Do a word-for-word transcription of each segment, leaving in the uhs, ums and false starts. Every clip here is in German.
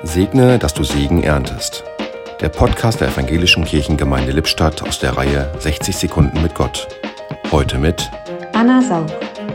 Segne, dass du Segen erntest. Der Podcast der Evangelischen Kirchengemeinde Lippstadt aus der Reihe sechzig Sekunden mit Gott. Heute mit Anna Sauch.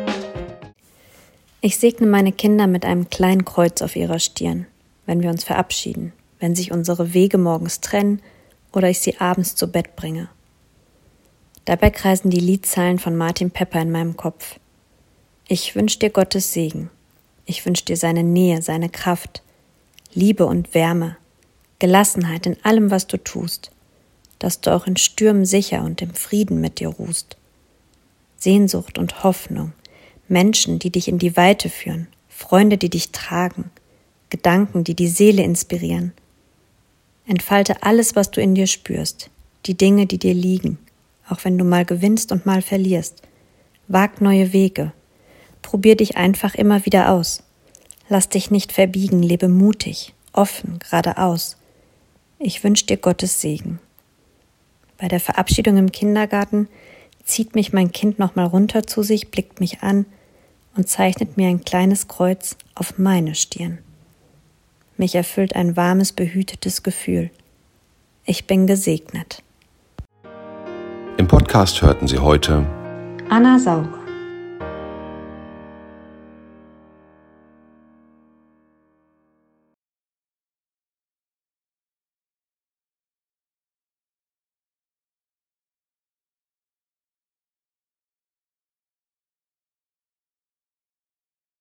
Ich segne meine Kinder mit einem kleinen Kreuz auf ihrer Stirn, wenn wir uns verabschieden, wenn sich unsere Wege morgens trennen oder ich sie abends zu Bett bringe. Dabei kreisen die Liedzeilen von Martin Pepper in meinem Kopf. Ich wünsche dir Gottes Segen. Ich wünsche dir seine Nähe, seine Kraft, Liebe und Wärme, Gelassenheit in allem, was du tust, dass du auch in Stürmen sicher und im Frieden mit dir ruhst. Sehnsucht und Hoffnung, Menschen, die dich in die Weite führen, Freunde, die dich tragen, Gedanken, die die Seele inspirieren. Entfalte alles, was du in dir spürst, die Dinge, die dir liegen, auch wenn du mal gewinnst und mal verlierst. Wag neue Wege, probier dich einfach immer wieder aus. Lass dich nicht verbiegen, lebe mutig, offen, geradeaus. Ich wünsche dir Gottes Segen. Bei der Verabschiedung im Kindergarten zieht mich mein Kind nochmal runter zu sich, blickt mich an und zeichnet mir ein kleines Kreuz auf meine Stirn. Mich erfüllt ein warmes, behütetes Gefühl. Ich bin gesegnet. Im Podcast hörten Sie heute Anna Sauch.